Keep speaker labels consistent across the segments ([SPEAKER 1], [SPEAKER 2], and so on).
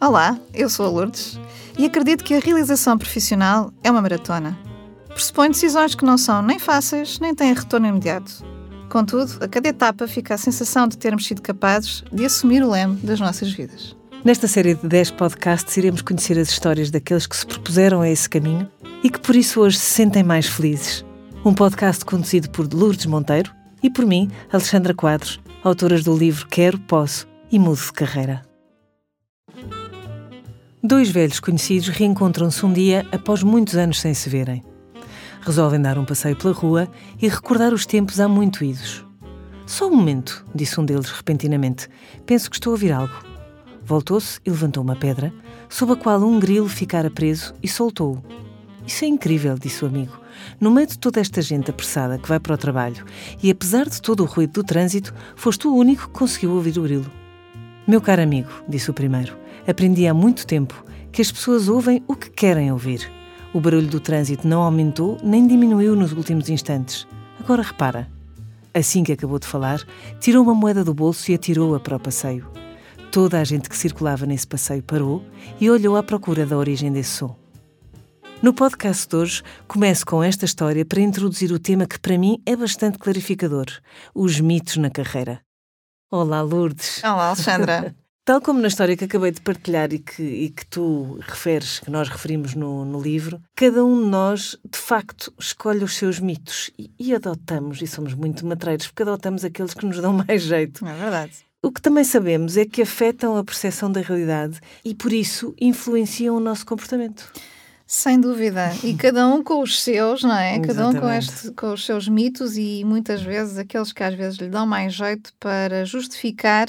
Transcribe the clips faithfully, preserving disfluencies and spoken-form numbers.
[SPEAKER 1] Olá, eu sou a Lourdes e acredito que a realização profissional é uma maratona. Pressupõe decisões que não são nem fáceis, nem têm retorno imediato. Contudo, a cada etapa fica a sensação de termos sido capazes de assumir o leme das nossas vidas.
[SPEAKER 2] Nesta série de dez podcasts iremos conhecer as histórias daqueles que se propuseram a esse caminho e que por isso hoje se sentem mais felizes. Um podcast conduzido por Lourdes Monteiro e por mim, Alexandra Quadros, autoras do livro Quero, Posso e Mudo de Carreira. Dois velhos conhecidos reencontram-se um dia após muitos anos sem se verem. Resolvem dar um passeio pela rua e recordar os tempos há muito idos. Só um momento, disse um deles repentinamente. Penso que estou a ouvir algo. Voltou-se e levantou uma pedra, sob a qual um grilo ficara preso e soltou-o. Isso é incrível, disse o amigo. No meio de toda esta gente apressada que vai para o trabalho e apesar de todo o ruído do trânsito, foste o único que conseguiu ouvir o grilo. Meu caro amigo, disse o primeiro, aprendi há muito tempo que as pessoas ouvem o que querem ouvir. O barulho do trânsito não aumentou nem diminuiu nos últimos instantes. Agora repara. Assim que acabou de falar, tirou uma moeda do bolso e atirou-a para o passeio. Toda a gente que circulava nesse passeio parou e olhou à procura da origem desse som. No podcast de hoje, começo com esta história para introduzir o tema que para mim é bastante clarificador: os mitos na carreira. Olá, Lourdes.
[SPEAKER 1] Olá, Alexandra.
[SPEAKER 2] Tal como na história que acabei de partilhar e que, e que tu referes, que nós referimos no, no livro, cada um de nós, de facto, escolhe os seus mitos e, e adotamos, e somos muito matreiros, porque adotamos aqueles que nos dão mais jeito.
[SPEAKER 1] É verdade.
[SPEAKER 2] O que também sabemos é que afetam a percepção da realidade e, por isso, influenciam o nosso comportamento.
[SPEAKER 1] Sem dúvida. E cada um com os seus, não é?
[SPEAKER 2] Exatamente.
[SPEAKER 1] Cada um com, este, com os seus mitos e muitas vezes aqueles que às vezes lhe dão mais jeito para justificar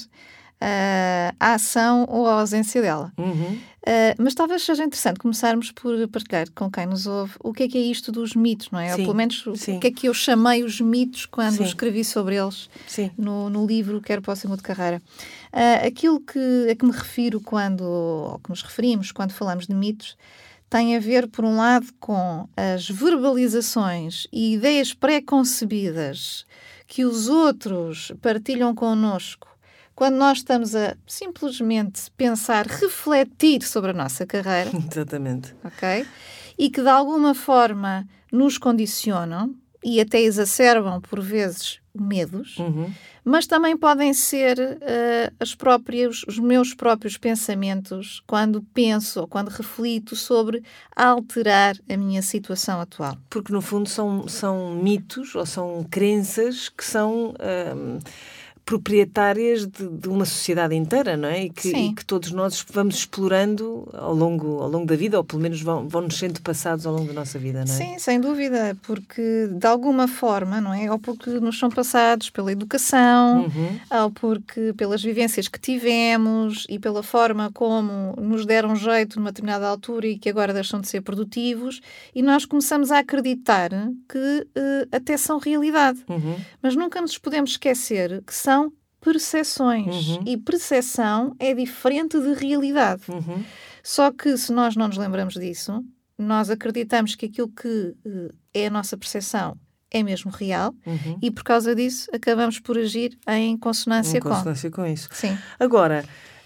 [SPEAKER 1] uh, a ação ou a ausência dela.
[SPEAKER 2] Uhum.
[SPEAKER 1] Uh, mas talvez seja interessante começarmos por partilhar com quem nos ouve o que é que é isto dos mitos, não é?
[SPEAKER 2] Sim,
[SPEAKER 1] ou pelo menos
[SPEAKER 2] sim.
[SPEAKER 1] o que é que eu chamei os mitos quando
[SPEAKER 2] Sim.
[SPEAKER 1] escrevi sobre eles
[SPEAKER 2] Sim.
[SPEAKER 1] no, no livro Quero, Posso e Mudo de Carreira. Uh, aquilo que, a que me refiro quando, ou que nos referimos quando falamos de mitos, tem a ver, por um lado, com as verbalizações e ideias pré-concebidas que os outros partilham connosco quando nós estamos a simplesmente pensar, refletir sobre a nossa carreira.
[SPEAKER 2] Exatamente.
[SPEAKER 1] Ok? E que, de alguma forma, nos condicionam e até exacerbam, por vezes, medos,
[SPEAKER 2] Uhum.
[SPEAKER 1] mas também podem ser uh, as próprias, os meus próprios pensamentos quando penso ou quando reflito sobre alterar a minha situação atual.
[SPEAKER 2] Porque, no fundo, são, são mitos ou são crenças que são hum, proprietárias de, de uma sociedade inteira, não é? E que, e que todos nós vamos explorando ao longo, ao longo da vida, ou pelo menos vão, vão nos sendo passados ao longo da nossa vida, não é?
[SPEAKER 1] Sim, sem dúvida, porque de alguma forma, não é? Ou porque nos são passados pela educação,
[SPEAKER 2] Uhum.
[SPEAKER 1] ou porque pelas vivências que tivemos e pela forma como nos deram jeito numa determinada altura e que agora deixam de ser produtivos, e nós começamos a acreditar que uh, até são realidade.
[SPEAKER 2] Uhum.
[SPEAKER 1] Mas nunca nos podemos esquecer que são percepções.
[SPEAKER 2] Uhum.
[SPEAKER 1] E percepção é diferente de realidade.
[SPEAKER 2] Uhum.
[SPEAKER 1] Só que se nós não nos lembramos disso, nós acreditamos que aquilo que uh, é a nossa percepção é mesmo real,
[SPEAKER 2] Uhum.
[SPEAKER 1] e por causa disso acabamos por agir em consonância
[SPEAKER 2] Em
[SPEAKER 1] com.
[SPEAKER 2] consonância com isso.
[SPEAKER 1] Sim.
[SPEAKER 2] Agora,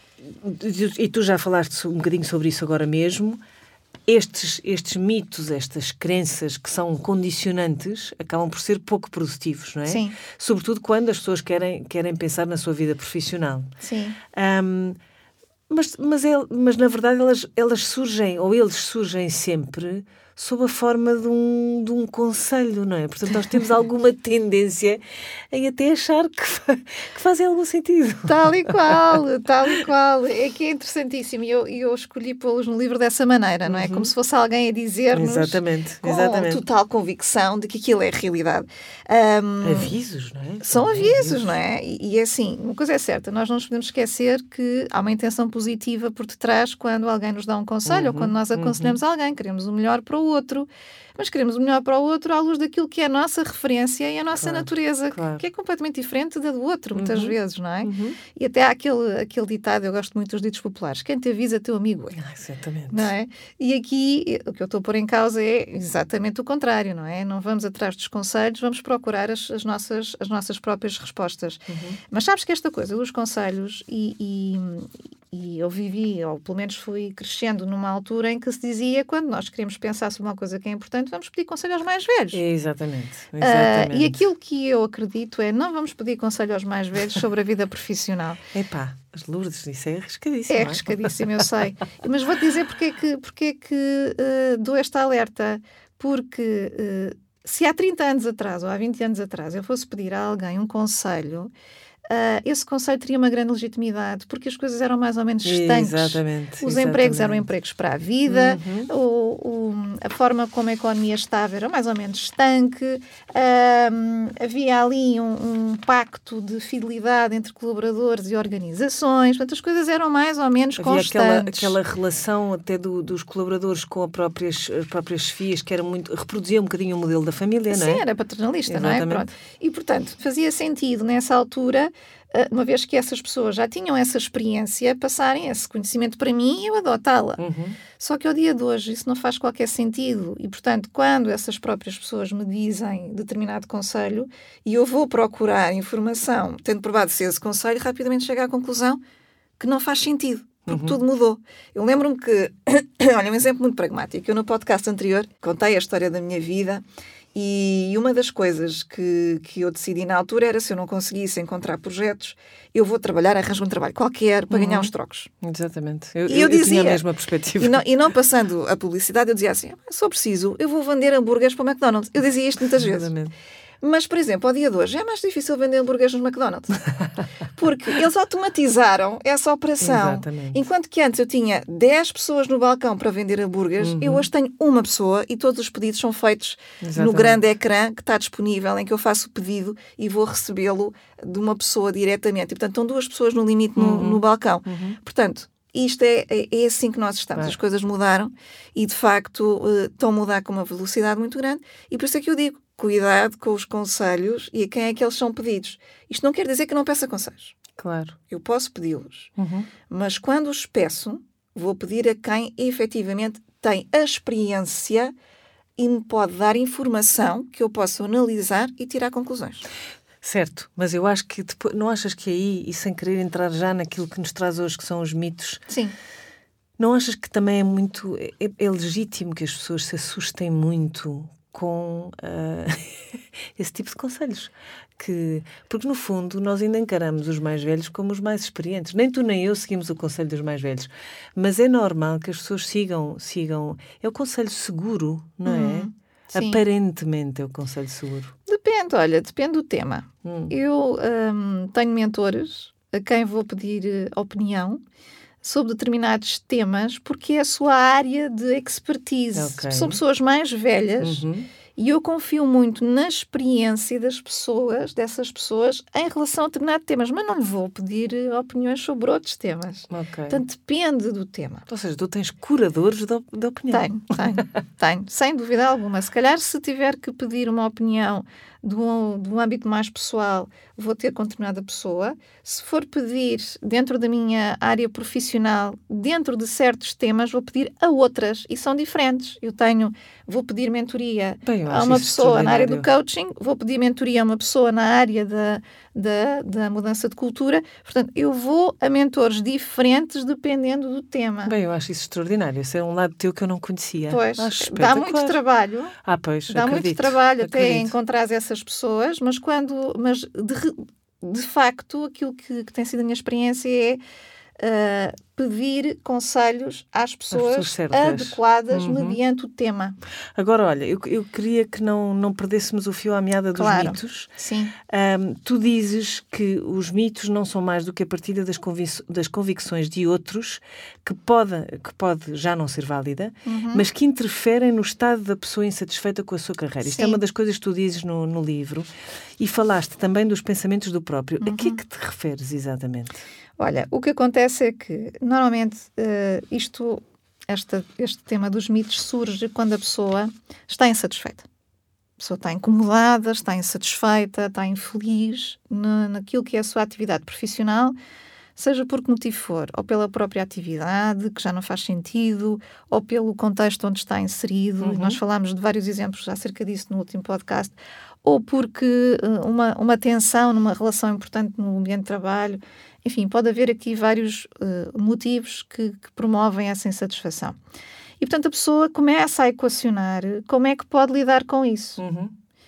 [SPEAKER 2] e tu já falaste um bocadinho sobre isso agora mesmo, estes, estes mitos, estas crenças que são condicionantes acabam por ser pouco produtivos, não é?
[SPEAKER 1] Sim.
[SPEAKER 2] Sobretudo quando as pessoas querem, querem pensar na sua vida profissional.
[SPEAKER 1] Sim.
[SPEAKER 2] Um, mas, mas, é, mas, na verdade, elas, elas surgem, ou eles surgem sempre sob a forma de um, de um conselho, não é? Portanto, nós temos alguma tendência em até achar que, fa- que fazem algum sentido.
[SPEAKER 1] Tal e qual, tal e qual. É que é interessantíssimo. E eu, eu escolhi pô-los no livro dessa maneira, não é?
[SPEAKER 2] Uhum.
[SPEAKER 1] Como se fosse alguém a dizer-nos
[SPEAKER 2] Exatamente,
[SPEAKER 1] com
[SPEAKER 2] exatamente.
[SPEAKER 1] total convicção de que aquilo é realidade. Um,
[SPEAKER 2] Avisos, não é?
[SPEAKER 1] São avisos, não é? E, e é assim, uma coisa é certa, nós não nos podemos esquecer que há uma intenção positiva por detrás quando alguém nos dá um conselho,
[SPEAKER 2] Uhum,
[SPEAKER 1] ou quando nós aconselhamos alguém, queremos o melhor para o outro, mas queremos o melhor para o outro à luz daquilo que é a nossa referência e a nossa
[SPEAKER 2] Claro,
[SPEAKER 1] natureza,
[SPEAKER 2] claro.
[SPEAKER 1] que é completamente diferente da do outro, muitas
[SPEAKER 2] Uhum,
[SPEAKER 1] vezes, não é?
[SPEAKER 2] uhum.
[SPEAKER 1] E até há aquele, aquele ditado, eu gosto muito dos ditos populares, quem te avisa, teu amigo é.
[SPEAKER 2] Ah, exatamente.
[SPEAKER 1] Não é? E aqui o que eu estou a pôr em causa é exatamente o contrário, não é? Não vamos atrás dos conselhos, vamos procurar as, as, nossas, as nossas próprias respostas.
[SPEAKER 2] Uhum.
[SPEAKER 1] Mas sabes que esta coisa dos conselhos e, e, e eu vivi, ou pelo menos fui crescendo numa altura em que se dizia, quando nós queremos pensar sobre uma coisa que é importante, vamos pedir conselho aos mais velhos.
[SPEAKER 2] É, exatamente. exatamente.
[SPEAKER 1] Uh, e aquilo que eu acredito é, não vamos pedir conselho aos mais velhos sobre a vida profissional.
[SPEAKER 2] Epá, as Lourdes, isso é arriscadíssimo.
[SPEAKER 1] É arriscadíssimo, eu sei. Mas vou-te dizer porque é que, porque é que uh, dou esta alerta. Porque uh, se há trinta anos atrás, ou há vinte anos atrás, eu fosse pedir a alguém um conselho, Uh, esse conselho teria uma grande legitimidade, porque as coisas eram mais ou menos estanques.
[SPEAKER 2] Exatamente.
[SPEAKER 1] Os
[SPEAKER 2] exatamente.
[SPEAKER 1] empregos eram empregos para a vida,
[SPEAKER 2] uhum.
[SPEAKER 1] o, o, a forma como a economia estava era mais ou menos estanque, uh, havia ali um, um pacto de fidelidade entre colaboradores e organizações, portanto as coisas eram mais ou menos
[SPEAKER 2] havia
[SPEAKER 1] constantes.
[SPEAKER 2] Aquela, aquela relação até do, dos colaboradores com a próprias, as próprias chefias, que era muito, reproduzia um bocadinho o modelo da família, não é?
[SPEAKER 1] Sim, era paternalista,
[SPEAKER 2] exatamente.
[SPEAKER 1] não é? Pronto. E, portanto, fazia sentido nessa altura, uma vez que essas pessoas já tinham essa experiência, passarem esse conhecimento para mim e eu adotá-la.
[SPEAKER 2] Uhum.
[SPEAKER 1] Só que ao dia de hoje isso não faz qualquer sentido e, portanto, quando essas próprias pessoas me dizem determinado conselho e eu vou procurar informação, tendo provado ser esse conselho, rapidamente chego à conclusão que não faz sentido. Porque uhum. tudo mudou. Eu lembro-me que, olha, um exemplo muito pragmático. Eu no podcast anterior contei a história da minha vida. E uma das coisas que, que eu decidi na altura era, se eu não conseguisse encontrar projetos, eu vou trabalhar, arranjo um trabalho qualquer para uhum. ganhar uns trocos.
[SPEAKER 2] Exatamente. Eu,
[SPEAKER 1] e eu,
[SPEAKER 2] eu,
[SPEAKER 1] dizia,
[SPEAKER 2] eu tinha a mesma perspectiva.
[SPEAKER 1] E não, e não passando a publicidade, eu dizia assim, se for preciso, eu vou vender hambúrgueres para o McDonald's. Eu dizia isto muitas vezes.
[SPEAKER 2] Exatamente.
[SPEAKER 1] Mas, por exemplo, ao dia de hoje é mais difícil vender hambúrgueres nos McDonald's. Porque eles automatizaram essa operação.
[SPEAKER 2] Exatamente.
[SPEAKER 1] Enquanto que antes eu tinha dez pessoas no balcão para vender hambúrgueres, uhum. eu hoje tenho uma pessoa e todos os pedidos são feitos Exatamente. No grande ecrã que está disponível, em que eu faço o pedido e vou recebê-lo de uma pessoa diretamente. E, portanto, estão duas pessoas no limite no, uhum. no balcão. Uhum. Portanto, isto é, é, é assim que nós estamos. As coisas mudaram e, de facto, uh, estão a mudar com uma velocidade muito grande. E por isso é que eu digo, cuidado com os conselhos e a quem é que eles são pedidos. Isto não quer dizer que eu não peça conselhos.
[SPEAKER 2] Claro.
[SPEAKER 1] Eu posso pedi-los.
[SPEAKER 2] Uhum.
[SPEAKER 1] Mas quando os peço, vou pedir a quem efetivamente tem a experiência e me pode dar informação que eu possa analisar e tirar conclusões.
[SPEAKER 2] Certo, mas eu acho que depois, não achas que aí, e sem querer entrar já naquilo que nos traz hoje, que são os mitos,
[SPEAKER 1] Sim.
[SPEAKER 2] não achas que também é muito, é, é legítimo que as pessoas se assustem muito com uh, esse tipo de conselhos? Que, porque no fundo nós ainda encaramos os mais velhos como os mais experientes. Nem tu nem eu seguimos o conselho dos mais velhos, mas é normal que as pessoas sigam, sigam, é o conselho seguro, não
[SPEAKER 1] hum.
[SPEAKER 2] é?
[SPEAKER 1] Sim.
[SPEAKER 2] Aparentemente é o conselho seguro.
[SPEAKER 1] Depende, olha, depende do tema.
[SPEAKER 2] Hum.
[SPEAKER 1] Eu um, tenho mentores a quem vou pedir uh, opinião sobre determinados temas porque é a sua área de expertise.
[SPEAKER 2] Okay.
[SPEAKER 1] São pessoas mais velhas
[SPEAKER 2] uhum.
[SPEAKER 1] e eu confio muito na experiência das pessoas, dessas pessoas, em relação a determinados temas, mas não lhe vou pedir uh, opiniões sobre outros temas.
[SPEAKER 2] Okay.
[SPEAKER 1] Portanto, depende do tema.
[SPEAKER 2] Ou seja, tu tens curadores de, de opinião.
[SPEAKER 1] Tenho, tenho, tenho, sem dúvida alguma. Se calhar, se tiver que pedir uma opinião de um, de um âmbito mais pessoal, vou ter com determinada pessoa. Se for pedir dentro da minha área profissional, dentro de certos temas, vou pedir a outras e são diferentes. Eu tenho, vou pedir mentoria
[SPEAKER 2] Bem,
[SPEAKER 1] a uma pessoa na área do coaching, vou pedir mentoria a uma pessoa na área da, da, da mudança de cultura. Portanto, eu vou a mentores diferentes dependendo do tema.
[SPEAKER 2] Bem, eu acho isso extraordinário. Esse é um lado teu que eu não conhecia.
[SPEAKER 1] Pois, dá muito trabalho.
[SPEAKER 2] Ah, pois,
[SPEAKER 1] dá
[SPEAKER 2] acredito,
[SPEAKER 1] muito trabalho
[SPEAKER 2] acredito.
[SPEAKER 1] até encontrar essas pessoas, mas quando, mas de, de facto, aquilo que, que tem sido a minha experiência é uh, pedir conselhos às pessoas,
[SPEAKER 2] pessoas
[SPEAKER 1] adequadas
[SPEAKER 2] uhum.
[SPEAKER 1] mediante o tema.
[SPEAKER 2] Agora, olha, eu, eu queria que não, não perdêssemos o fio à meada dos
[SPEAKER 1] claro.
[SPEAKER 2] mitos.
[SPEAKER 1] Sim.
[SPEAKER 2] Um, tu dizes que os mitos não são mais do que a partilha das, convic- das convicções de outros, que pode, que pode já não ser válida,
[SPEAKER 1] uhum.
[SPEAKER 2] mas que interferem no estado da pessoa insatisfeita com a sua carreira. Isto
[SPEAKER 1] Sim.
[SPEAKER 2] é uma das coisas que tu dizes no, no livro. E falaste também dos pensamentos do próprio.
[SPEAKER 1] Uhum.
[SPEAKER 2] A que é que te referes exatamente?
[SPEAKER 1] Olha, o que acontece é que, normalmente, uh, isto, esta, este tema dos mitos surge quando a pessoa está insatisfeita. A pessoa está incomodada, está insatisfeita, está infeliz na, naquilo que é a sua atividade profissional, seja por que motivo for, ou pela própria atividade, que já não faz sentido, ou pelo contexto onde está inserido. Uhum. Nós falámos de vários exemplos acerca disso no último podcast. Ou porque uh, uma, uma tensão numa relação importante no ambiente de trabalho Enfim, pode haver aqui vários uh, motivos que, que promovem essa insatisfação. E, portanto, a pessoa começa a equacionar como é que pode lidar com isso.
[SPEAKER 2] Uhum.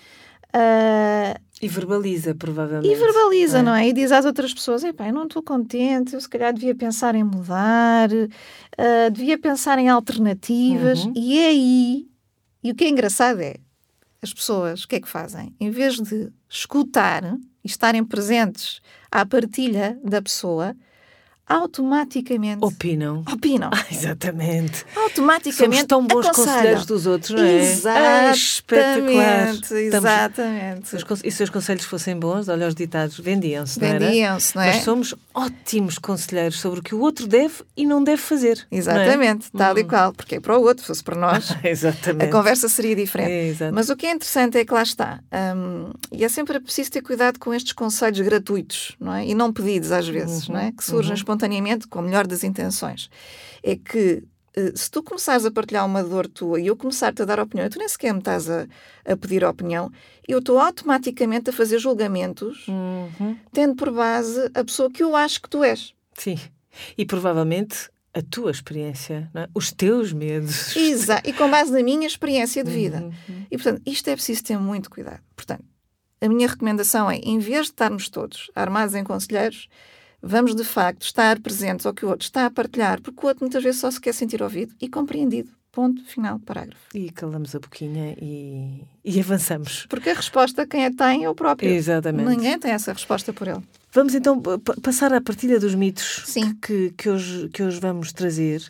[SPEAKER 1] Uh,
[SPEAKER 2] e verbaliza, provavelmente.
[SPEAKER 1] E verbaliza,
[SPEAKER 2] é?
[SPEAKER 1] não é? E diz às outras pessoas, epá, eu não estou contente, eu se calhar devia pensar em mudar, uh, devia pensar em alternativas.
[SPEAKER 2] Uhum.
[SPEAKER 1] E é aí, e o que é engraçado é, as pessoas, o que é que fazem? Em vez de escutar e estarem presentes à partilha da pessoa, automaticamente
[SPEAKER 2] opinam.
[SPEAKER 1] Opinam.
[SPEAKER 2] Ah, exatamente.
[SPEAKER 1] Automaticamente
[SPEAKER 2] somos tão bons
[SPEAKER 1] aconselham.
[SPEAKER 2] Conselheiros dos outros, não é?
[SPEAKER 1] Exatamente.
[SPEAKER 2] Ah, espetacular.
[SPEAKER 1] Exatamente.
[SPEAKER 2] Estamos... E se os conselhos fossem bons, olha, os ditados vendiam-se, não era?
[SPEAKER 1] Vendiam-se, não é?
[SPEAKER 2] Mas somos ótimos conselheiros sobre o que o outro deve e não deve fazer.
[SPEAKER 1] Exatamente,
[SPEAKER 2] é?
[SPEAKER 1] tal
[SPEAKER 2] hum.
[SPEAKER 1] e qual. Porque é para o outro, se fosse para nós,
[SPEAKER 2] Exatamente.
[SPEAKER 1] a conversa seria diferente.
[SPEAKER 2] É,
[SPEAKER 1] Mas o que é interessante é que lá está. Um, e é sempre preciso ter cuidado com estes conselhos gratuitos, não é? E não pedidos às vezes,
[SPEAKER 2] uhum,
[SPEAKER 1] não é? Que surgem
[SPEAKER 2] uhum.
[SPEAKER 1] espontaneamente com a melhor das intenções. É que se tu começares a partilhar uma dor tua e eu começar-te a dar opinião, tu nem sequer me estás a, a pedir opinião, eu estou automaticamente a fazer julgamentos,
[SPEAKER 2] uhum.
[SPEAKER 1] tendo por base a pessoa que eu acho que tu és.
[SPEAKER 2] Sim. E provavelmente a tua experiência, não é? Os teus medos.
[SPEAKER 1] Exato. E com base na minha experiência de vida.
[SPEAKER 2] Uhum.
[SPEAKER 1] E, portanto, isto é preciso ter muito cuidado. Portanto, a minha recomendação é, em vez de estarmos todos armados em conselheiros, vamos, de facto, estar presentes ao que o outro está a partilhar, porque o outro muitas vezes só se quer sentir ouvido e compreendido. Ponto, final, parágrafo.
[SPEAKER 2] E calamos a boquinha e, e avançamos.
[SPEAKER 1] Porque a resposta quem a tem é o próprio.
[SPEAKER 2] Exatamente.
[SPEAKER 1] Ninguém tem essa resposta por ele.
[SPEAKER 2] Vamos então passar à partilha dos mitos
[SPEAKER 1] Sim.
[SPEAKER 2] Que, que, hoje, que hoje vamos trazer,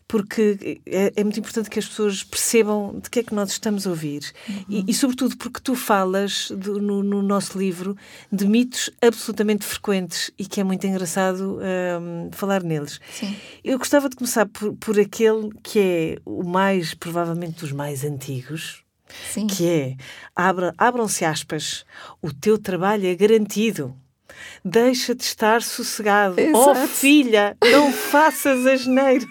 [SPEAKER 2] porque é, é muito importante que as pessoas percebam de que é que nós estamos a ouvir. Uhum. E, e, sobretudo, porque tu falas de, no, no nosso livro de mitos absolutamente frequentes e que é muito engraçado um, falar neles.
[SPEAKER 1] Sim.
[SPEAKER 2] Eu gostava de começar por, por aquele que é o mais, provavelmente, dos mais antigos.
[SPEAKER 1] Sim.
[SPEAKER 2] Que é, abra, abram-se aspas, o teu trabalho é garantido. Deixa de estar sossegado.
[SPEAKER 1] Exato.
[SPEAKER 2] Oh, filha, não faças asneiras.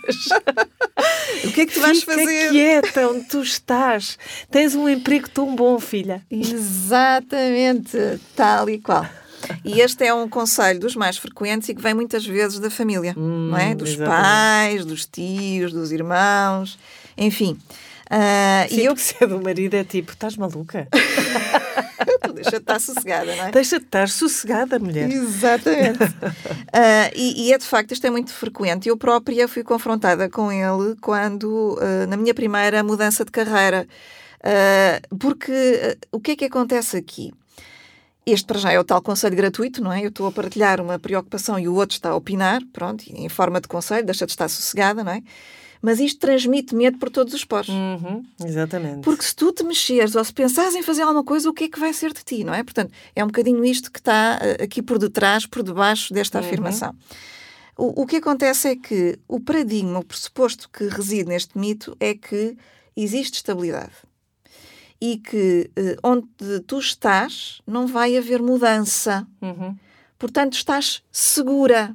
[SPEAKER 1] O que é que tu vais
[SPEAKER 2] Fica
[SPEAKER 1] fazer?
[SPEAKER 2] quieta onde tu estás. Tens um emprego tão bom, filha.
[SPEAKER 1] Exatamente, tal e qual. E este é um conselho dos mais frequentes e que vem muitas vezes da família,
[SPEAKER 2] hum,
[SPEAKER 1] não é? Dos
[SPEAKER 2] exatamente.
[SPEAKER 1] pais, dos tios, dos irmãos, enfim. Uh,
[SPEAKER 2] Sim,
[SPEAKER 1] e eu...
[SPEAKER 2] porque se é do marido é tipo, estás maluca?
[SPEAKER 1] Deixa de estar sossegada, não é?
[SPEAKER 2] Deixa de estar sossegada, mulher.
[SPEAKER 1] Exatamente. uh, e, e é de facto, isto é muito frequente. Eu própria fui confrontada com ele quando, uh, na minha primeira mudança de carreira. Uh, porque uh, o que é que acontece aqui? Este, para já, é o tal conselho gratuito, não é? Eu estou a partilhar uma preocupação e o outro está a opinar, pronto, em forma de conselho, deixa de estar sossegada, não é? Mas isto transmite medo por todos os poros.
[SPEAKER 2] Uhum, exatamente.
[SPEAKER 1] Porque se tu te mexeres ou se pensares em fazer alguma coisa, o que é que vai ser de ti, não é? Portanto, é um bocadinho isto que está aqui por detrás, por debaixo desta
[SPEAKER 2] uhum.
[SPEAKER 1] afirmação. O, o que acontece é que o paradigma, o pressuposto que reside neste mito é que existe estabilidade. E que eh, onde tu estás não vai haver mudança.
[SPEAKER 2] Uhum.
[SPEAKER 1] Portanto, estás segura.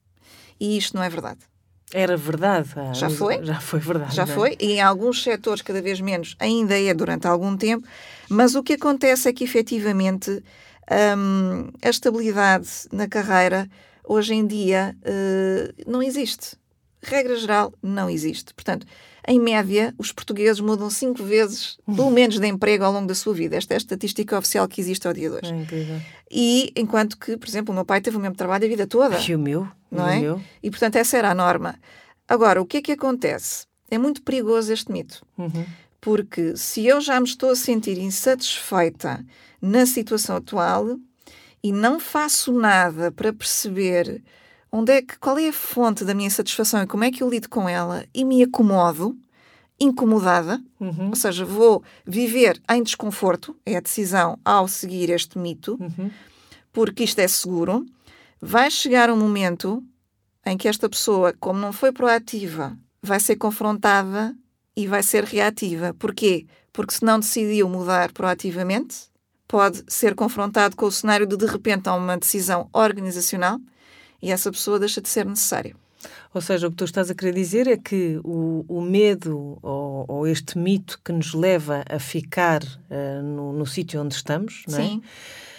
[SPEAKER 1] E isto não é verdade.
[SPEAKER 2] Era verdade. Ah,
[SPEAKER 1] já foi.
[SPEAKER 2] Já foi verdade.
[SPEAKER 1] Já
[SPEAKER 2] não é?
[SPEAKER 1] foi. E em alguns setores, cada vez menos, ainda é durante algum tempo. Mas o que acontece é que, efetivamente, hum, a estabilidade na carreira, hoje em dia, uh, não existe. Regra geral, não existe. Portanto, em média, os portugueses mudam cinco vezes, pelo menos, de emprego ao longo da sua vida. Esta é a estatística oficial que existe ao dia de hoje.
[SPEAKER 2] É incrível.
[SPEAKER 1] E enquanto que, por exemplo, o meu pai teve o mesmo trabalho a vida toda.
[SPEAKER 2] E o meu?
[SPEAKER 1] Não
[SPEAKER 2] o
[SPEAKER 1] é?
[SPEAKER 2] meu?
[SPEAKER 1] E, portanto, essa era a norma. Agora, o que é que acontece? É muito perigoso este mito.
[SPEAKER 2] Uhum.
[SPEAKER 1] Porque se eu já me estou a sentir insatisfeita na situação atual e não faço nada para perceber onde é que, qual é a fonte da minha insatisfação e como é que eu lido com ela e me acomodo, incomodada,
[SPEAKER 2] uhum.
[SPEAKER 1] ou seja, vou viver em desconforto, é a decisão ao seguir este mito,
[SPEAKER 2] uhum.
[SPEAKER 1] porque isto é seguro, vai chegar um momento em que esta pessoa, como não foi proativa, vai ser confrontada e vai ser reativa. Porquê? Porque se não decidiu mudar proativamente, pode ser confrontado com o cenário de, de repente, há uma decisão organizacional e essa pessoa deixa de ser necessária.
[SPEAKER 2] Ou seja, o que tu estás a querer dizer é que o, o medo ou, ou este mito que nos leva a ficar uh, no, no sítio onde estamos, não é?
[SPEAKER 1] Sim.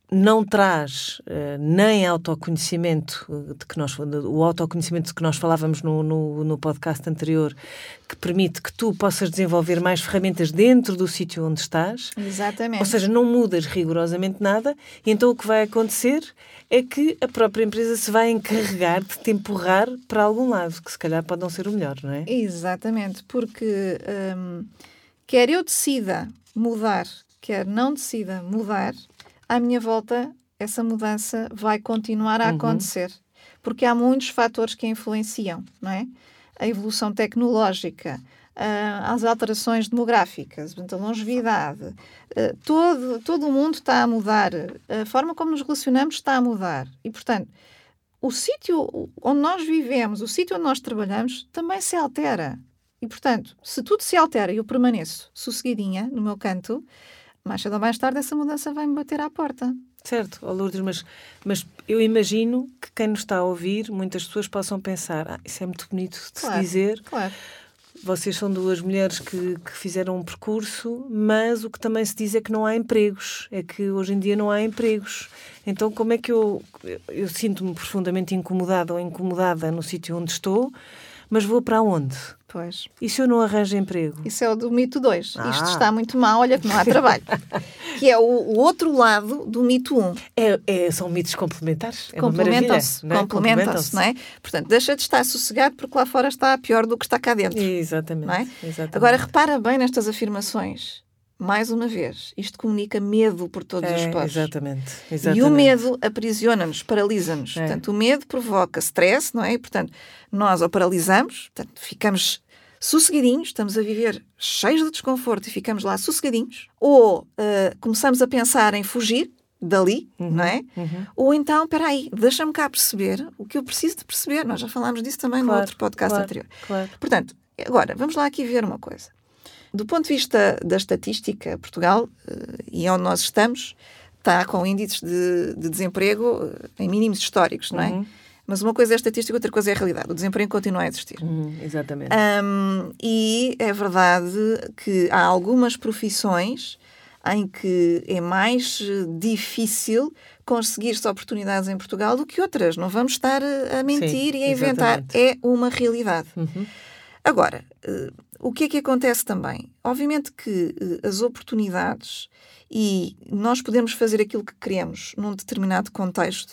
[SPEAKER 2] não traz uh, nem autoconhecimento, de que nós, o autoconhecimento de que nós falávamos no, no, no podcast anterior, que permite que tu possas desenvolver mais ferramentas dentro do sítio onde estás.
[SPEAKER 1] Exatamente.
[SPEAKER 2] Ou seja, não mudas rigorosamente nada, e então o que vai acontecer é que a própria empresa se vai encarregar de te empurrar para algum lado, que se calhar pode não ser o melhor, não é?
[SPEAKER 1] Exatamente, porque hum, quer eu decida mudar, quer não decida mudar, à minha volta, essa mudança vai continuar a acontecer. Uhum. Porque há muitos fatores que influenciam, não é? A evolução tecnológica, uh, as alterações demográficas, a longevidade, uh, todo, todo o mundo está a mudar, a forma como nos relacionamos está a mudar. E, portanto, o sítio onde nós vivemos, o sítio onde nós trabalhamos, também se altera. E, portanto, se tudo se altera e eu permaneço sosseguidinha no meu canto, mais cedo ou mais tarde essa mudança vai-me bater à porta.
[SPEAKER 2] Certo, oh Lourdes, mas, mas eu imagino que quem nos está a ouvir, muitas pessoas possam pensar, ah, isso é muito bonito de
[SPEAKER 1] claro,
[SPEAKER 2] se dizer.
[SPEAKER 1] Claro.
[SPEAKER 2] Vocês são duas mulheres que, que fizeram um percurso, mas o que também se diz é que não há empregos, é que hoje em dia não há empregos. Então como é que eu, eu sinto-me profundamente incomodada ou incomodada no sítio onde estou, mas vou para onde?
[SPEAKER 1] Pois.
[SPEAKER 2] E se eu não arranjo emprego?
[SPEAKER 1] Isso é o do mito dois.
[SPEAKER 2] Ah.
[SPEAKER 1] Isto está muito mal, olha que não há trabalho. Que é o, o outro lado do mito um.
[SPEAKER 2] É, é, são mitos complementares. É
[SPEAKER 1] complementam-se,
[SPEAKER 2] uma
[SPEAKER 1] complementam-se, não é? Portanto, deixa de estar sossegado porque lá fora está pior do que está cá dentro.
[SPEAKER 2] Exatamente.
[SPEAKER 1] Não é?
[SPEAKER 2] Exatamente.
[SPEAKER 1] Agora, repara bem nestas afirmações. Mais uma vez, isto comunica medo por todos
[SPEAKER 2] é,
[SPEAKER 1] os poros.
[SPEAKER 2] Exatamente, exatamente.
[SPEAKER 1] E o medo aprisiona-nos, paralisa-nos.
[SPEAKER 2] É.
[SPEAKER 1] Portanto, o medo provoca stress, não é? E, portanto, nós ou paralisamos, portanto, ficamos sossegadinhos, estamos a viver cheios de desconforto e ficamos lá sossegadinhos, ou uh, começamos a pensar em fugir dali,
[SPEAKER 2] uhum,
[SPEAKER 1] não é?
[SPEAKER 2] Uhum.
[SPEAKER 1] Ou então, espera aí, deixa-me cá perceber o que eu preciso de perceber. Nós já falámos disso também
[SPEAKER 2] claro,
[SPEAKER 1] no outro podcast
[SPEAKER 2] claro,
[SPEAKER 1] anterior.
[SPEAKER 2] Claro.
[SPEAKER 1] Portanto, agora, vamos lá aqui ver uma coisa. Do ponto de vista da estatística, Portugal, uh, e onde nós estamos, está com índices de, de desemprego uh, em mínimos históricos, não é?
[SPEAKER 2] Uhum.
[SPEAKER 1] Mas uma coisa é estatística, outra coisa é a realidade. O desemprego continua a existir.
[SPEAKER 2] Uhum, exatamente.
[SPEAKER 1] Um, e é verdade que há algumas profissões em que é mais difícil conseguir-se oportunidades em Portugal do que outras. Não vamos estar a mentir Sim, e a inventar.
[SPEAKER 2] Exatamente.
[SPEAKER 1] É uma realidade.
[SPEAKER 2] Uhum.
[SPEAKER 1] Agora, uh, o que é que acontece também? Obviamente que uh, as oportunidades e nós podemos fazer aquilo que queremos num determinado contexto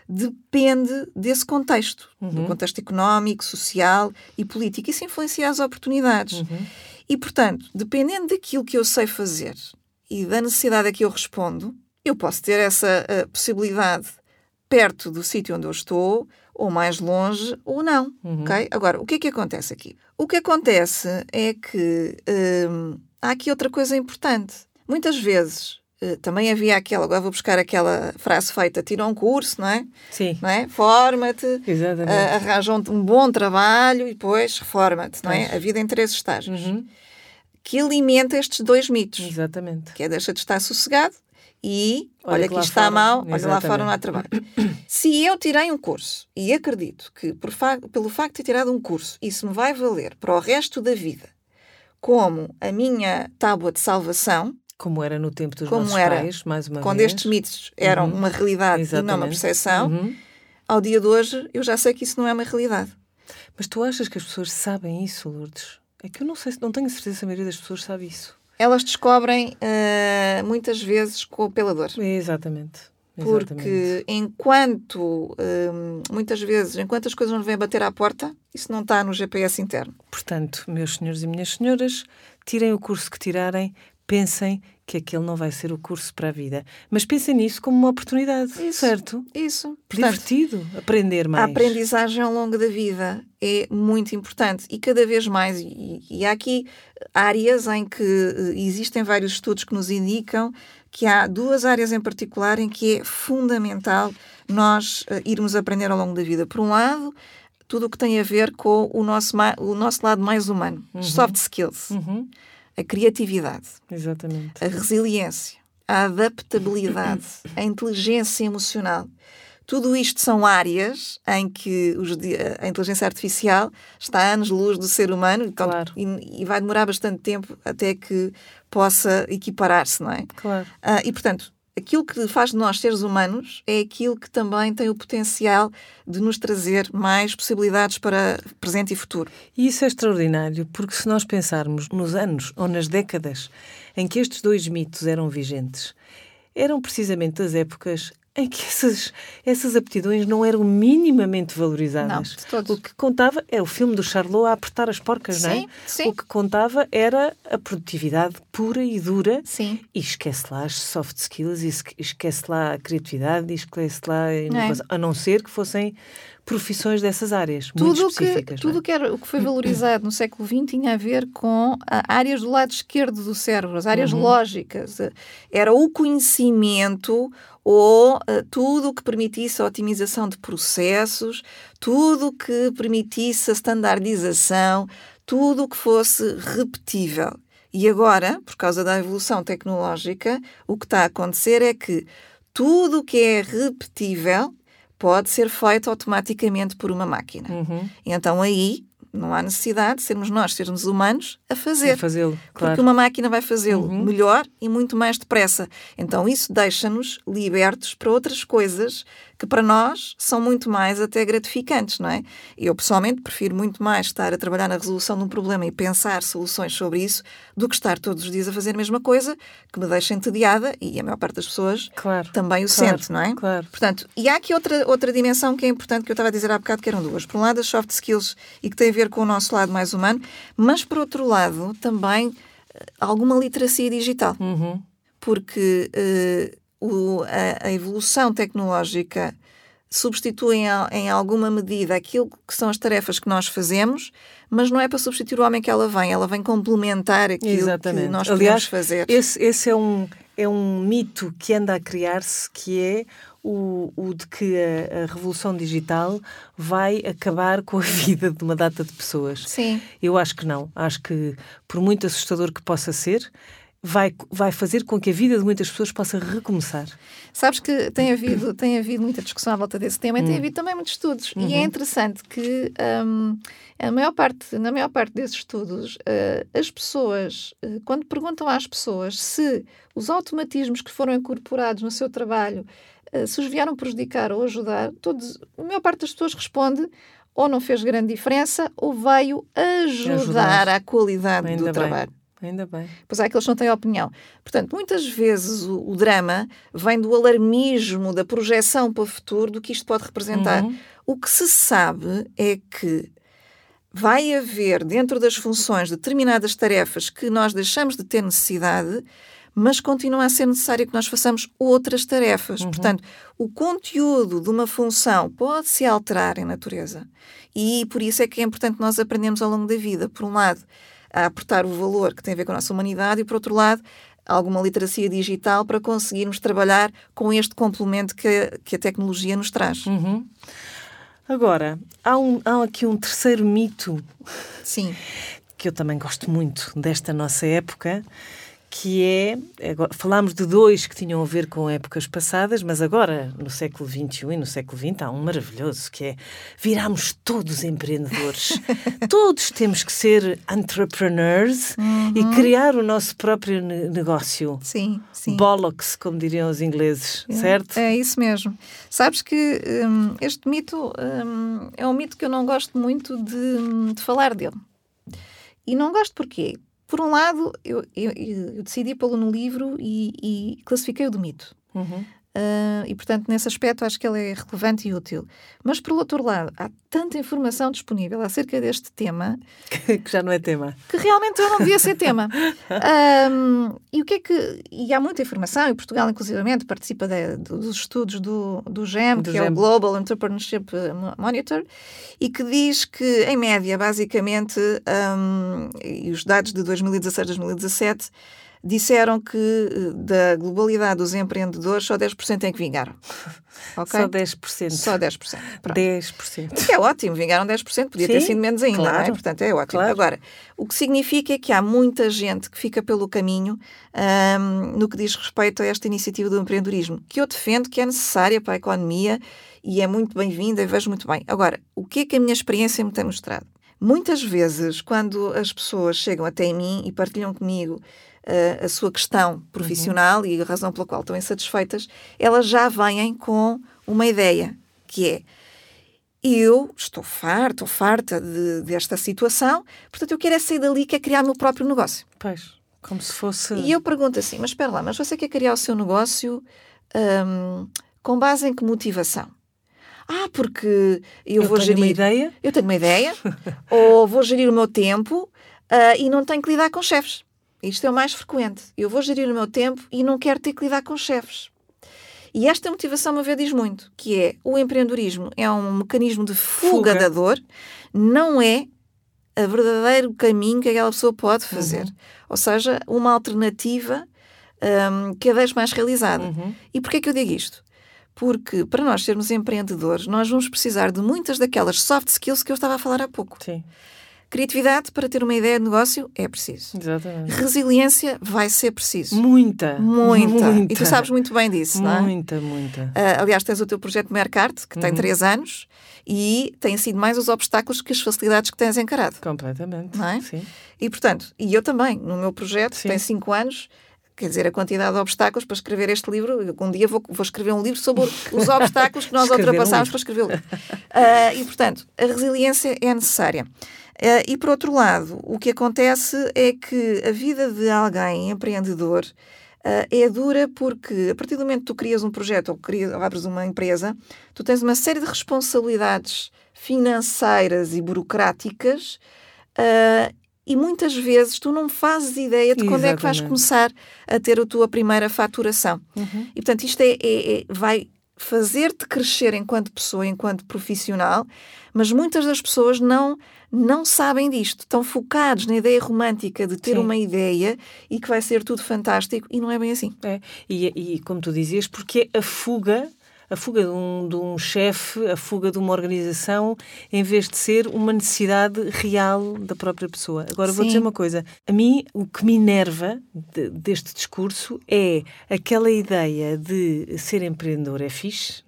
[SPEAKER 1] depende desse contexto, uhum. do contexto económico, social e político. Isso influencia as oportunidades.
[SPEAKER 2] Uhum.
[SPEAKER 1] E, portanto, dependendo daquilo que eu sei fazer e da necessidade a que eu respondo, eu posso ter essa uh, possibilidade perto do sítio onde eu estou, ou mais longe, ou não.
[SPEAKER 2] Uhum.
[SPEAKER 1] Okay? Agora, o que é que acontece aqui? O que acontece é que hum, há aqui outra coisa importante. Muitas vezes, uh, também havia aquela, agora vou buscar aquela frase feita, tira um curso, não é?
[SPEAKER 2] Sim.
[SPEAKER 1] Não é? Forma-te,
[SPEAKER 2] Exatamente.
[SPEAKER 1] Uh, arranja um, um bom trabalho e depois reforma-te, não é? A vida em três estágios.
[SPEAKER 2] Uhum.
[SPEAKER 1] Que alimenta estes dois mitos.
[SPEAKER 2] Exatamente.
[SPEAKER 1] Que é deixa de estar sossegado e olha, olha que isto está
[SPEAKER 2] fora.
[SPEAKER 1] mal,
[SPEAKER 2] Exatamente.
[SPEAKER 1] olha lá fora não há trabalho. Se eu tirei um curso e acredito que por fa- pelo facto de ter tirado um curso isso me vai valer para o resto da vida como a minha tábua de salvação,
[SPEAKER 2] como era no tempo dos
[SPEAKER 1] como
[SPEAKER 2] nossos
[SPEAKER 1] era,
[SPEAKER 2] pais, mais uma
[SPEAKER 1] quando
[SPEAKER 2] vez.
[SPEAKER 1] estes mitos eram
[SPEAKER 2] uhum.
[SPEAKER 1] uma realidade
[SPEAKER 2] Exatamente.
[SPEAKER 1] e não uma percepção,
[SPEAKER 2] uhum.
[SPEAKER 1] ao dia de hoje eu já sei que isso não é uma realidade.
[SPEAKER 2] Mas tu achas que as pessoas sabem isso, Lourdes? É que eu não sei, não tenho certeza se a maioria das pessoas sabe isso.
[SPEAKER 1] Elas descobrem uh, muitas vezes com o pelador.
[SPEAKER 2] Exatamente.
[SPEAKER 1] Porque
[SPEAKER 2] Exatamente.
[SPEAKER 1] enquanto, um, muitas vezes, enquanto as coisas não vêm bater à porta, isso não está no G P S interno.
[SPEAKER 2] Portanto, meus senhores e minhas senhoras, tirem o curso que tirarem, pensem que aquele não vai ser o curso para a vida. Mas pensem nisso como uma oportunidade,
[SPEAKER 1] isso,
[SPEAKER 2] certo?
[SPEAKER 1] Isso. Portanto,
[SPEAKER 2] divertido, aprender mais.
[SPEAKER 1] A aprendizagem ao longo da vida é muito importante e cada vez mais. E, e há aqui áreas em que existem vários estudos que nos indicam que há duas áreas em particular em que é fundamental nós uh, irmos aprender ao longo da vida. Por um lado, tudo o que tem a ver com o nosso, o nosso lado mais humano, uhum. soft skills.
[SPEAKER 2] Uhum.
[SPEAKER 1] A criatividade,
[SPEAKER 2] Exatamente.
[SPEAKER 1] A resiliência, a adaptabilidade, a inteligência emocional. Tudo isto são áreas em que os, a inteligência artificial está a anos-luz do ser humano então,
[SPEAKER 2] claro.
[SPEAKER 1] e, e vai demorar bastante tempo até que possa equiparar-se, não é?
[SPEAKER 2] Claro.
[SPEAKER 1] Ah, e, portanto, aquilo que faz de nós seres humanos é aquilo que também tem o potencial de nos trazer mais possibilidades para presente e futuro.
[SPEAKER 2] E isso é extraordinário, porque se nós pensarmos nos anos ou nas décadas em que estes dois mitos eram vigentes, eram precisamente as épocas em que essas, essas aptidões não eram minimamente valorizadas.
[SPEAKER 1] Não, de todos.
[SPEAKER 2] O que contava é o filme do Charlot a apertar as porcas,
[SPEAKER 1] sim,
[SPEAKER 2] não é?
[SPEAKER 1] Sim.
[SPEAKER 2] O que contava era a produtividade pura e dura.
[SPEAKER 1] Sim.
[SPEAKER 2] E esquece lá as soft skills, e esquece lá a criatividade, e esquece lá a inovação, é. A não ser que fossem profissões dessas áreas,
[SPEAKER 1] tudo
[SPEAKER 2] muito específicas.
[SPEAKER 1] Que, tudo que era, o que foi valorizado no século vinte tinha a ver com áreas do lado esquerdo do cérebro, as áreas uhum. lógicas. Era o conhecimento ou uh, tudo o que permitisse a otimização de processos, tudo o que permitisse a standardização, tudo o que fosse repetível. E agora, por causa da evolução tecnológica, o que está a acontecer é que tudo o que é repetível pode ser feito automaticamente por uma máquina.
[SPEAKER 2] Uhum.
[SPEAKER 1] Então aí não há necessidade de sermos nós, sermos humanos, a fazer.
[SPEAKER 2] A fazê-lo, claro.
[SPEAKER 1] Porque uma máquina vai fazê-lo
[SPEAKER 2] uhum.
[SPEAKER 1] melhor e muito mais depressa. Então isso deixa-nos libertos para outras coisas que para nós são muito mais até gratificantes, não é? Eu pessoalmente prefiro muito mais estar a trabalhar na resolução de um problema e pensar soluções sobre isso do que estar todos os dias a fazer a mesma coisa, que me deixa entediada, e a maior parte das pessoas
[SPEAKER 2] claro,
[SPEAKER 1] também o
[SPEAKER 2] claro,
[SPEAKER 1] sente, não é?
[SPEAKER 2] Claro.
[SPEAKER 1] Portanto, e há aqui outra, outra dimensão que é importante, que eu estava a dizer há bocado, que eram duas. Por um lado, as soft skills, e que tem a ver com o nosso lado mais humano, mas por outro lado, também alguma literacia digital.
[SPEAKER 2] Uhum.
[SPEAKER 1] Porque uh, o, a, a evolução tecnológica substitui em, em alguma medida aquilo que são as tarefas que nós fazemos, mas não é para substituir o homem que ela vem, ela vem complementar aquilo
[SPEAKER 2] Exatamente.
[SPEAKER 1] que nós
[SPEAKER 2] Aliás,
[SPEAKER 1] podemos fazer.
[SPEAKER 2] Esse, esse é, um, é um mito que anda a criar-se, que é o, o de que a, a revolução digital vai acabar com a vida de uma data de pessoas.
[SPEAKER 1] Sim.
[SPEAKER 2] Eu acho que não. Acho que, por muito assustador que possa ser, Vai, vai fazer com que a vida de muitas pessoas possa recomeçar.
[SPEAKER 1] Sabes que tem havido, tem havido muita discussão à volta desse tema e hum. tem havido também muitos estudos. Uhum. E é interessante que um, a maior parte, na maior parte desses estudos, uh, as pessoas, uh, quando perguntam às pessoas se os automatismos que foram incorporados no seu trabalho uh, se os vieram prejudicar ou ajudar, todos, a maior parte das pessoas responde ou não fez grande diferença ou veio ajudar, ajudar. à qualidade
[SPEAKER 2] Ainda
[SPEAKER 1] do
[SPEAKER 2] bem.
[SPEAKER 1] trabalho.
[SPEAKER 2] Ainda bem.
[SPEAKER 1] Pois há aqueles que não têm opinião. Portanto, muitas vezes o, o drama vem do alarmismo, da projeção para o futuro, do que isto pode representar.
[SPEAKER 2] Uhum.
[SPEAKER 1] O que se sabe é que vai haver, dentro das funções, determinadas tarefas que nós deixamos de ter necessidade, mas continua a ser necessário que nós façamos outras tarefas. Uhum. Portanto, o conteúdo de uma função pode se alterar em natureza. E por isso é que é importante nós aprendermos ao longo da vida, por um lado, a aportar o valor que tem a ver com a nossa humanidade e, por outro lado, alguma literacia digital para conseguirmos trabalhar com este complemento que a, que a tecnologia nos traz.
[SPEAKER 2] Uhum. Agora, há, um, há aqui um terceiro mito.
[SPEAKER 1] Sim.
[SPEAKER 2] Que eu também gosto muito desta nossa época, que é... Agora, falámos de dois que tinham a ver com épocas passadas, mas agora, no século vinte e um e no século vinte, há um maravilhoso, que é viramos todos empreendedores. Todos temos que ser entrepreneurs uhum. e criar o nosso próprio ne- negócio.
[SPEAKER 1] Sim, sim.
[SPEAKER 2] Bollocks, como diriam os ingleses,
[SPEAKER 1] é,
[SPEAKER 2] certo?
[SPEAKER 1] É isso mesmo. Sabes que hum, este mito hum, é um mito que eu não gosto muito de, de falar dele. E não gosto porquê? Por um lado, eu, eu, eu decidi pô-lo no livro e, e classifiquei-o de mito.
[SPEAKER 2] Uhum.
[SPEAKER 1] Uh, e, portanto, nesse aspecto, acho que ele é relevante e útil. Mas, por outro lado, há tanta informação disponível acerca deste tema...
[SPEAKER 2] que já não é tema.
[SPEAKER 1] Que realmente eu não devia ser tema. Um, e o que é que... E há muita informação, e Portugal, inclusivamente, participa de, dos estudos do, do G E M, do que G E M. É o Global Entrepreneurship Monitor, e que diz que, em média, basicamente, um, e os dados de dois mil e dezasseis a dois mil e dezassete... disseram que da globalidade dos empreendedores só dez por cento é que vingaram. Okay?
[SPEAKER 2] Só dez por cento.
[SPEAKER 1] Só dez por cento. Pronto.
[SPEAKER 2] dez por cento.
[SPEAKER 1] Que é ótimo, vingaram dez por cento, podia Sim, ter sido menos ainda,
[SPEAKER 2] claro,
[SPEAKER 1] não é? Portanto, é ótimo.
[SPEAKER 2] Claro.
[SPEAKER 1] Agora, o que significa é que há muita gente que fica pelo caminho um, no que diz respeito a esta iniciativa do empreendedorismo, que eu defendo que é necessária para a economia e é muito bem-vinda e vejo muito bem. Agora, o que é que a minha experiência me tem mostrado? Muitas vezes, quando as pessoas chegam até mim e partilham comigo uh, a sua questão profissional uhum. e a razão pela qual estão insatisfeitas, elas já vêm com uma ideia, que é: eu estou farta, estou farta de, desta situação, portanto eu quero é sair dali, quero criar o meu próprio negócio.
[SPEAKER 2] Pois, como se fosse...
[SPEAKER 1] E eu pergunto assim, mas espera lá, mas você quer criar o seu negócio um, com base em que motivação? Ah, porque eu,
[SPEAKER 2] eu
[SPEAKER 1] vou
[SPEAKER 2] tenho
[SPEAKER 1] gerir...
[SPEAKER 2] uma ideia.
[SPEAKER 1] Eu tenho uma ideia, ou vou gerir o meu tempo uh, e não tenho que lidar com chefes. Isto é o mais frequente. Eu vou gerir o meu tempo e não quero ter que lidar com chefes. E esta motivação, a meu ver, diz muito, que é: o empreendedorismo é um mecanismo de fuga, fuga. da dor, não é o verdadeiro caminho que aquela pessoa pode fazer. Uhum. Ou seja, uma alternativa um, que a deixe mais realizada. Uhum. E porquê é que eu digo isto? Porque para nós sermos empreendedores, nós vamos precisar de muitas daquelas soft skills que eu estava a falar há pouco.
[SPEAKER 2] Sim.
[SPEAKER 1] Criatividade, para ter uma ideia de negócio, é preciso.
[SPEAKER 2] Exatamente.
[SPEAKER 1] Resiliência vai ser preciso.
[SPEAKER 2] Muita.
[SPEAKER 1] Muita.
[SPEAKER 2] Muita.
[SPEAKER 1] E tu sabes muito bem disso, não é?
[SPEAKER 2] Muita, muita.
[SPEAKER 1] Uh, aliás, tens o teu projeto Mercarte, que uhum. tem três anos, e tem sido mais os obstáculos que as facilidades que tens encarado.
[SPEAKER 2] Completamente.
[SPEAKER 1] Não é?
[SPEAKER 2] Sim.
[SPEAKER 1] E, portanto, e eu também, no meu projeto,
[SPEAKER 2] Sim.
[SPEAKER 1] tem cinco anos, quer dizer, a quantidade de obstáculos para escrever este livro. Um dia vou, vou escrever um livro sobre os obstáculos que nós ultrapassámos um para escrever o livro. Uh, e, portanto, a resiliência é necessária. Uh, e, por outro lado, o que acontece é que a vida de alguém empreendedor uh, é dura porque, a partir do momento que tu crias um projeto ou, crias, ou abres uma empresa, tu tens uma série de responsabilidades financeiras e burocráticas uh, e muitas vezes tu não fazes ideia de quando Exatamente. É que vais começar a ter a tua primeira faturação. Uhum. E, portanto, isto é, é, é, vai fazer-te crescer enquanto pessoa, enquanto profissional, mas muitas das pessoas não, não sabem disto. Estão focados na ideia romântica de ter Sim. uma ideia e que vai ser tudo fantástico, e não é bem assim.
[SPEAKER 2] É. E, e como tu dizias, porque a fuga... A fuga de um, de um chefe, a fuga de uma organização, em vez de ser uma necessidade real da própria pessoa. Agora, Sim. vou dizer uma coisa. A mim, o que me enerva de, deste discurso é aquela ideia de ser empreendedor é fixe,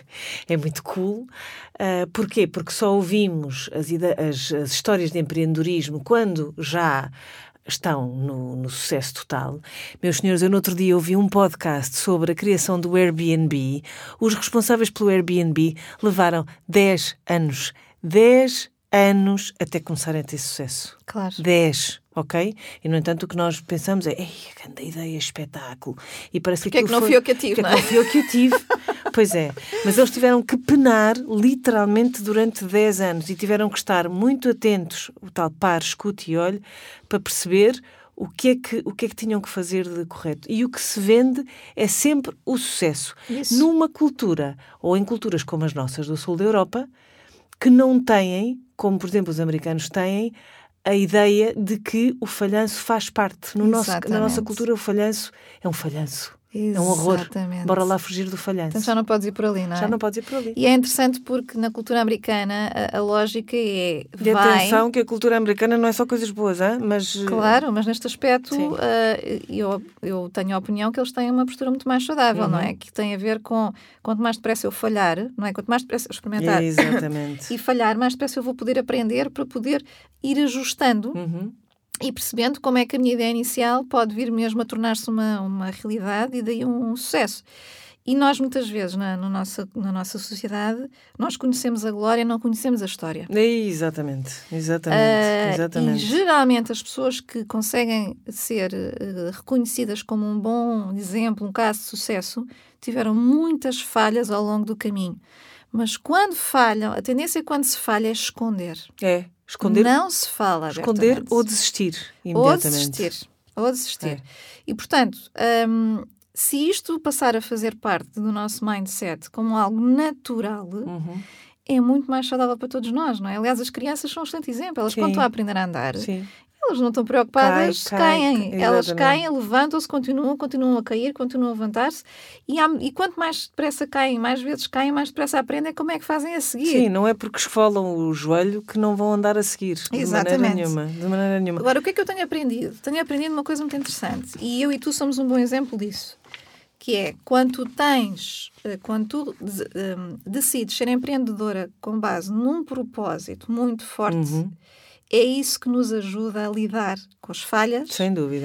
[SPEAKER 2] é muito cool. Uh, porquê? Porque só ouvimos as, as, as histórias de empreendedorismo quando já... estão no, no sucesso total. Meus senhores, eu no outro dia ouvi um podcast sobre a criação do Airbnb. Os responsáveis pelo Airbnb levaram dez anos. dez anos até começarem a ter sucesso.
[SPEAKER 1] Claro.
[SPEAKER 2] dez, ok? E, no entanto, o que nós pensamos é: ei, grande ideia, espetáculo. E parece
[SPEAKER 1] que, que é que não
[SPEAKER 2] foi...
[SPEAKER 1] fui eu que eu tive,
[SPEAKER 2] que
[SPEAKER 1] não
[SPEAKER 2] é?
[SPEAKER 1] é?
[SPEAKER 2] Que não fui eu que eu tive. Pois é. Mas eles tiveram que penar, literalmente, durante dez anos. E tiveram que estar muito atentos, o tal par, escute e olhe, para perceber o que, é que, o que é que tinham que fazer de correto. E o que se vende é sempre o sucesso.
[SPEAKER 1] Isso.
[SPEAKER 2] Numa cultura, ou em culturas como as nossas do sul da Europa, que não têm, como, por exemplo, os americanos têm, a ideia de que o falhanço faz parte. No nosso, na nossa cultura, o falhanço é um falhanço. É um horror.
[SPEAKER 1] Exatamente.
[SPEAKER 2] Bora lá fugir do falhanço.
[SPEAKER 1] Então já não podes ir por ali, não é?
[SPEAKER 2] Já não podes ir por ali.
[SPEAKER 1] E é interessante porque na cultura americana a, a lógica é...
[SPEAKER 2] E
[SPEAKER 1] vai...
[SPEAKER 2] atenção que a cultura americana não é só coisas boas, hein? Mas...
[SPEAKER 1] Claro, mas neste aspecto uh, eu, eu tenho a opinião que eles têm uma postura muito mais saudável, uhum. não é? Que tem a ver com quanto mais depressa eu falhar, não é? Quanto mais depressa eu experimentar
[SPEAKER 2] Exatamente.
[SPEAKER 1] e falhar, mais depressa eu vou poder aprender para poder ir ajustando
[SPEAKER 2] uhum.
[SPEAKER 1] e percebendo como é que a minha ideia inicial pode vir mesmo a tornar-se uma, uma realidade e daí um, um sucesso. E nós, muitas vezes, na, no nossa, na nossa sociedade, nós conhecemos a glória, não conhecemos a história.
[SPEAKER 2] Exatamente, exatamente,
[SPEAKER 1] uh,
[SPEAKER 2] exatamente.
[SPEAKER 1] E, geralmente, as pessoas que conseguem ser uh, reconhecidas como um bom exemplo, um caso de sucesso, tiveram muitas falhas ao longo do caminho. Mas quando falham, a tendência quando se falha é esconder.
[SPEAKER 2] É. Esconder,
[SPEAKER 1] não se fala
[SPEAKER 2] esconder ou desistir imediatamente.
[SPEAKER 1] Ou desistir. Ou desistir. É. E, portanto, um, se isto passar a fazer parte do nosso mindset como algo natural,
[SPEAKER 2] uhum.
[SPEAKER 1] é muito mais saudável para todos nós, não é? Aliás, as crianças são um excelente exemplo. Elas, Sim. quando estão a aprender a andar,
[SPEAKER 2] Sim.
[SPEAKER 1] elas não estão preocupadas,
[SPEAKER 2] cai, cai,
[SPEAKER 1] caem.
[SPEAKER 2] cai,
[SPEAKER 1] elas caem, levantam-se, continuam, continuam a cair, continuam a levantar-se. E, há, e quanto mais depressa caem, mais vezes caem, mais depressa aprendem como é que fazem a seguir.
[SPEAKER 2] Sim, não é porque esfolam o joelho que não vão andar a seguir.
[SPEAKER 1] Exatamente.
[SPEAKER 2] De maneira nenhuma. De maneira nenhuma.
[SPEAKER 1] Agora, o que é que eu tenho aprendido? Tenho aprendido uma coisa muito interessante. E eu e tu somos um bom exemplo disso. Que é, quando tu tens, quando tu um, decides ser empreendedora com base num propósito muito forte,
[SPEAKER 2] uhum.
[SPEAKER 1] é isso que nos ajuda a lidar com as falhas.
[SPEAKER 2] Sem dúvida.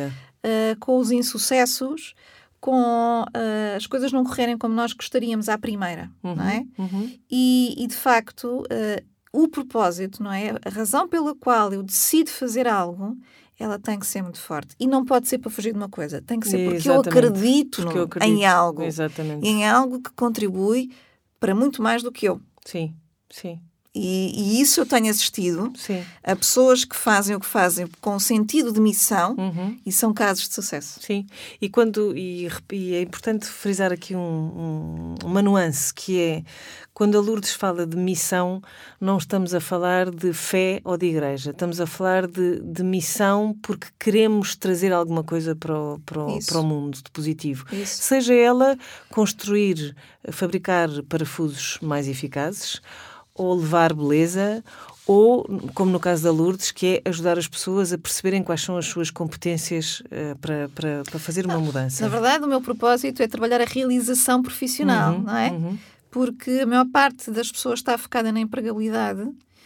[SPEAKER 1] uh, com os insucessos, com uh, as coisas não correrem como nós gostaríamos à primeira,
[SPEAKER 2] uhum,
[SPEAKER 1] não é?
[SPEAKER 2] Uhum.
[SPEAKER 1] E, e, de facto, uh, o propósito, não é? A razão pela qual eu decido fazer algo, ela tem que ser muito forte. E não pode ser para fugir de uma coisa. Tem que ser porque eu acredito,
[SPEAKER 2] porque
[SPEAKER 1] no,
[SPEAKER 2] eu acredito
[SPEAKER 1] em algo.
[SPEAKER 2] Exatamente.
[SPEAKER 1] Em algo que contribui para muito mais do que eu.
[SPEAKER 2] Sim, sim.
[SPEAKER 1] E, e isso eu tenho assistido
[SPEAKER 2] Sim.
[SPEAKER 1] a pessoas que fazem o que fazem com sentido de missão,
[SPEAKER 2] uhum.
[SPEAKER 1] e são casos de sucesso.
[SPEAKER 2] Sim, e, quando, e, e é importante frisar aqui um, um, uma nuance, que é, quando a Lourdes fala de missão, não estamos a falar de fé ou de igreja, estamos a falar de, de missão porque queremos trazer alguma coisa para o, para o, para o mundo de positivo.
[SPEAKER 1] Isso.
[SPEAKER 2] Seja ela construir, fabricar parafusos mais eficazes, ou levar beleza, ou, como no caso da Lourdes, que é ajudar as pessoas a perceberem quais são as suas competências uh, para, para, para fazer uma mudança.
[SPEAKER 1] Na verdade, o meu propósito é trabalhar a realização profissional,
[SPEAKER 2] uhum,
[SPEAKER 1] não é?
[SPEAKER 2] Uhum.
[SPEAKER 1] Porque a maior parte das pessoas está focada na empregabilidade,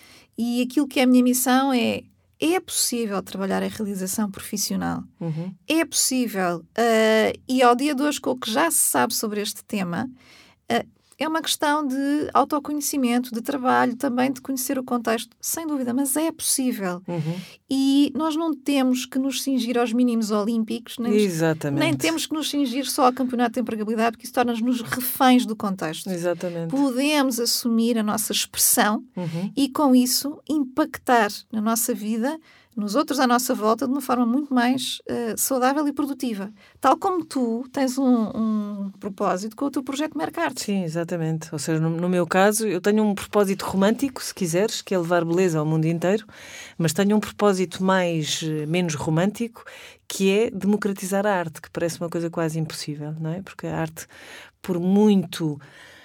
[SPEAKER 1] e aquilo que é a minha missão é: é possível trabalhar a realização profissional?
[SPEAKER 2] Uhum.
[SPEAKER 1] É possível. Uh, e ao dia de hoje, com o que já se sabe sobre este tema, uh, é uma questão de autoconhecimento, de trabalho, também de conhecer o contexto, sem dúvida, mas é possível.
[SPEAKER 2] Uhum.
[SPEAKER 1] E nós não temos que nos cingir aos mínimos olímpicos, nem,
[SPEAKER 2] Exatamente.
[SPEAKER 1] nem temos que nos cingir só ao campeonato de empregabilidade, porque isso torna-nos reféns do contexto.
[SPEAKER 2] Exatamente.
[SPEAKER 1] Podemos assumir a nossa expressão
[SPEAKER 2] uhum.
[SPEAKER 1] e, com isso, impactar na nossa vida, nos outros à nossa volta, de uma forma muito mais uh, saudável e produtiva. Tal como tu tens um, um propósito com o teu projeto Mercarte.
[SPEAKER 2] Sim, exatamente. Ou seja, no, no meu caso, eu tenho um propósito romântico, se quiseres, que é levar beleza ao mundo inteiro, mas tenho um propósito mais, menos romântico, que é democratizar a arte, que parece uma coisa quase impossível, não é? Porque a arte, por muito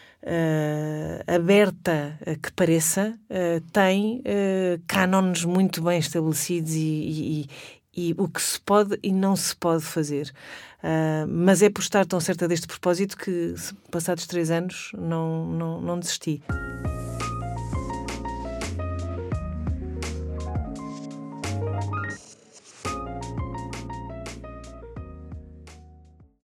[SPEAKER 2] Uh, aberta uh, que pareça, uh, tem uh, cânones muito bem estabelecidos e, e, e, e o que se pode e não se pode fazer. Uh, mas é por estar tão certa deste propósito que, passados três anos, não, não, não desisti.